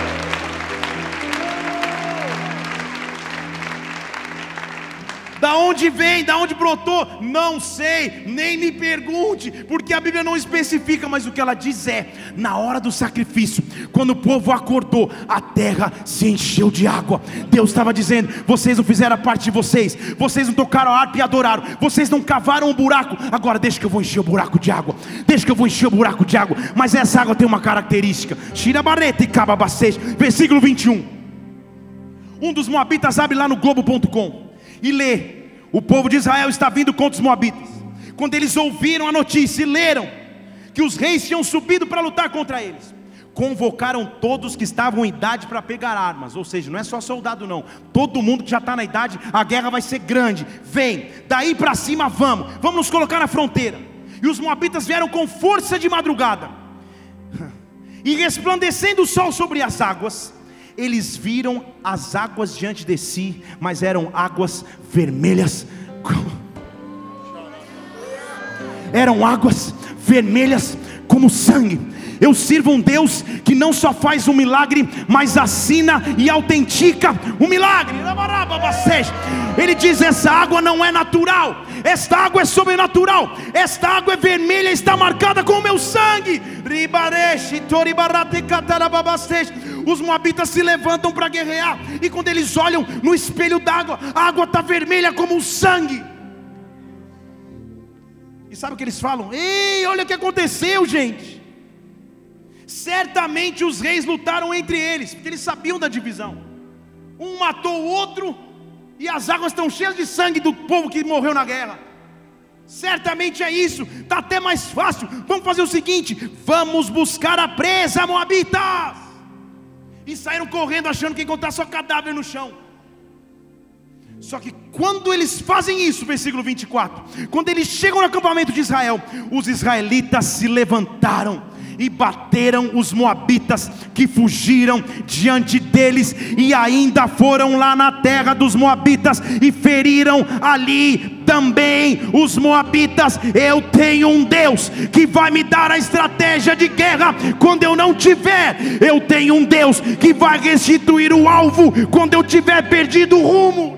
Da onde vem, da onde brotou, não sei, nem me pergunte, porque a Bíblia não especifica, mas o que ela diz é: na hora do sacrifício, quando o povo acordou, a terra se encheu de água. Deus estava dizendo: vocês não fizeram a parte de vocês, vocês não tocaram a harpa e adoraram, vocês não cavaram um buraco, agora deixa que eu vou encher o buraco de água, deixa que eu vou encher o buraco de água. Mas essa água tem uma característica. Shirabareta e Cababacês, versículo vinte e um. Um dos moabitas abre lá no globo ponto com e lê: o povo de Israel está vindo contra os moabitas. Quando eles ouviram a notícia e leram que os reis tinham subido para lutar contra eles, convocaram todos que estavam em idade para pegar armas. Ou seja, não é só soldado não, todo mundo que já está na idade, a guerra vai ser grande. Vem, daí para cima vamos, vamos nos colocar na fronteira. E os moabitas vieram com força de madrugada, e resplandecendo o sol sobre as águas, eles viram as águas diante de si, mas eram águas vermelhas. Eram águas vermelhas como sangue. Eu sirvo um Deus que não só faz um milagre, mas assina e autentica o milagre. Ele diz: essa água não é natural, esta água é sobrenatural, esta água é vermelha, está marcada com o meu sangue. Os moabitas se levantam para guerrear, e quando eles olham no espelho d'água, a água está vermelha como o sangue. E sabe o que eles falam? Ei, olha o que aconteceu, gente. Certamente os reis lutaram entre eles, porque eles sabiam da divisão. Um matou o outro, e as águas estão cheias de sangue do povo que morreu na guerra. Certamente é isso, está até mais fácil. Vamos fazer o seguinte: vamos buscar a presa, moabitas. E saíram correndo achando que ia encontrar só cadáver no chão. Só que quando eles fazem isso, versículo vinte e quatro, quando eles chegam no acampamento de Israel, os israelitas se levantaram e bateram os moabitas que fugiram diante deles, e ainda foram lá na terra dos moabitas e feriram ali também os moabitas. Eu tenho um Deus que vai me dar a estratégia de guerra quando eu não tiver. Eu tenho um Deus que vai restituir o alvo quando eu tiver perdido o rumo.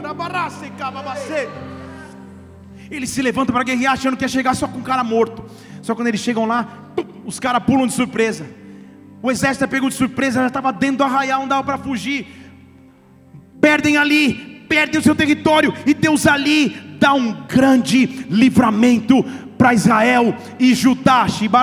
Eles se levantam para guerrear achando que ia chegar só com o cara morto. Só quando eles chegam lá, os caras pulam de surpresa. O exército é pego de surpresa, já estava dentro do arraial, não dava para fugir. Perdem ali, perdem o seu território, e Deus ali dá um grande livramento para Israel e Judá.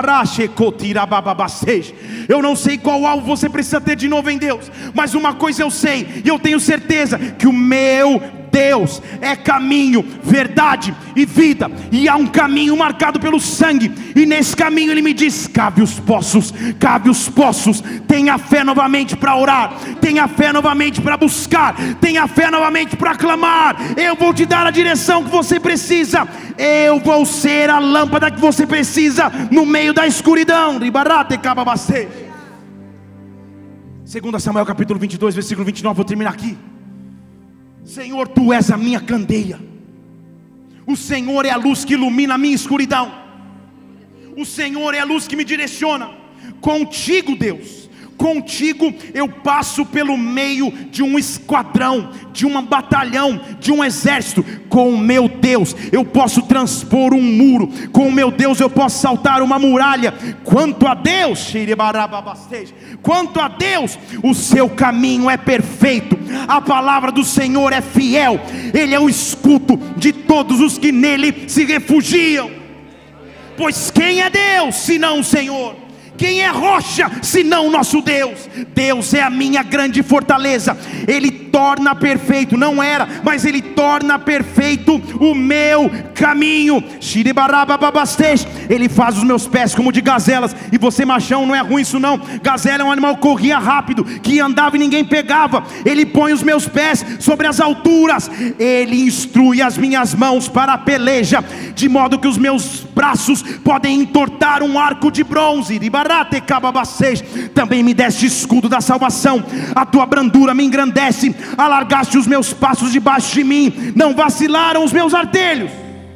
Eu não sei qual alvo você precisa ter de novo em Deus, mas uma coisa eu sei, e eu tenho certeza, que o meu Deus é caminho, verdade e vida, e há um caminho marcado pelo sangue, e nesse caminho Ele me diz: cave os poços, cave os poços. Tenha fé novamente para orar, tenha fé novamente para buscar, tenha fé novamente para clamar. Eu vou te dar a direção que você precisa, eu vou ser a lâmpada que você precisa no meio da escuridão. Segundo Samuel capítulo vinte e dois, versículo vinte e nove, vou terminar aqui. Senhor, Tu és a minha candeia, o Senhor é a luz que ilumina a minha escuridão, o Senhor é a luz que me direciona. Contigo, Deus, contigo eu passo pelo meio de um esquadrão, de um batalhão, de um exército. Com o meu Deus eu posso transpor um muro, com o meu Deus eu posso saltar uma muralha. Quanto a Deus, quanto a Deus, o seu caminho é perfeito, a palavra do Senhor é fiel, Ele é o escudo de todos os que nele se refugiam. Pois quem é Deus senão o Senhor? Quem é rocha senão o nosso Deus? Deus é a minha grande fortaleza, Ele torna perfeito, não era, mas Ele torna perfeito o meu caminho. Ele faz os meus pés como de gazelas. E você, machão, não é ruim isso não. Gazela é um animal que corria rápido, que andava e ninguém pegava. Ele põe os meus pés sobre as alturas. Ele instrui as minhas mãos para a peleja, de modo que os meus braços podem entortar um arco de bronze. Também me deste escudo da salvação, a tua brandura me engrandece. Alargaste os meus passos debaixo de mim, não vacilaram os meus artelhos.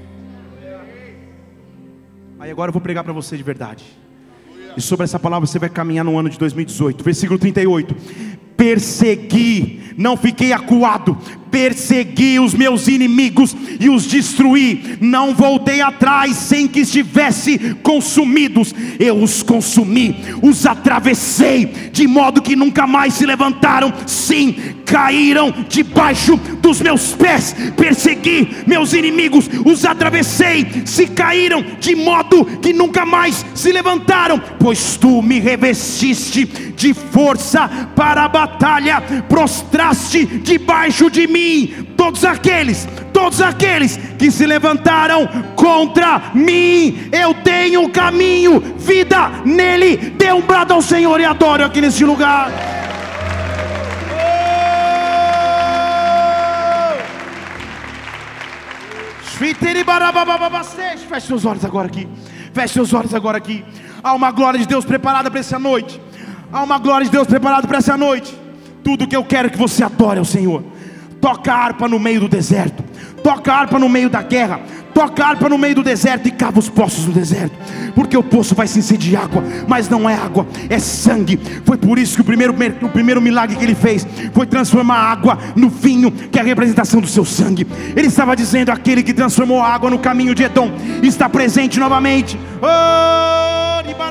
Aí agora eu vou pregar para você de verdade. E sobre essa palavra você vai caminhar no ano de dois mil e dezoito. Versículo trinta e oito. Persegui, não fiquei acuado, persegui os meus inimigos e os destruí, não voltei atrás sem que estivesse consumidos. Eu os consumi, os atravessei, de modo que nunca mais se levantaram. Sim, caíram debaixo dos meus pés. Persegui meus inimigos, os atravessei, se caíram, de modo que nunca mais se levantaram. Pois tu me revestiste de força para a batalha, prostraste debaixo de mim todos aqueles, todos aqueles que se levantaram contra mim. Eu tenho caminho, vida nele. Dê um brado ao Senhor e adore aqui neste lugar. Feche seus olhos agora aqui. Feche seus olhos agora aqui. Há uma glória de Deus preparada para essa noite. Há uma glória de Deus preparada para essa noite. Tudo que eu quero é que você adore ao Senhor. Toca a harpa no meio do deserto. Toca a harpa no meio da guerra. Toca a harpa no meio do deserto e cava os poços no deserto. Porque o poço vai se encher de água, mas não é água, é sangue. Foi por isso que o primeiro, o primeiro milagre que ele fez foi transformar a água no vinho, que é a representação do seu sangue. Ele estava dizendo: aquele que transformou a água no caminho de Edom está presente novamente. Oh,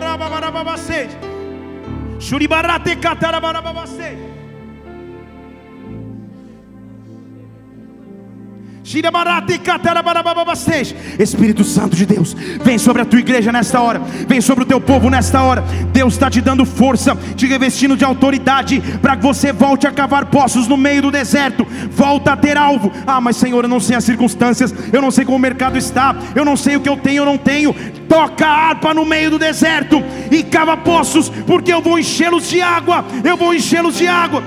Espírito Santo de Deus, vem sobre a tua igreja nesta hora, vem sobre o teu povo nesta hora. Deus está te dando força, te revestindo de autoridade, para que você volte a cavar poços no meio do deserto. Volta a ter alvo. Ah, mas Senhor, eu não sei as circunstâncias, eu não sei como o mercado está, eu não sei o que eu tenho ou não tenho. Toca a harpa no meio do deserto e cava poços, porque eu vou enchê-los de água. Eu vou enchê-los de água.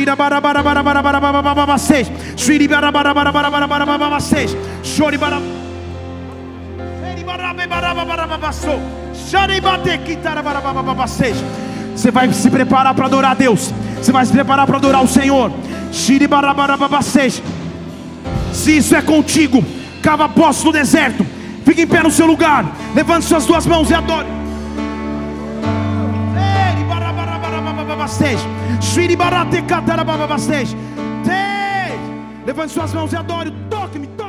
Você vai se preparar para adorar a Deus. Você vai se preparar para adorar o Senhor. Se isso é contigo, cava poços no deserto. Fique em pé no seu lugar. Levante suas duas mãos e adore. Levante suas mãos e adore. Toque-me, toque.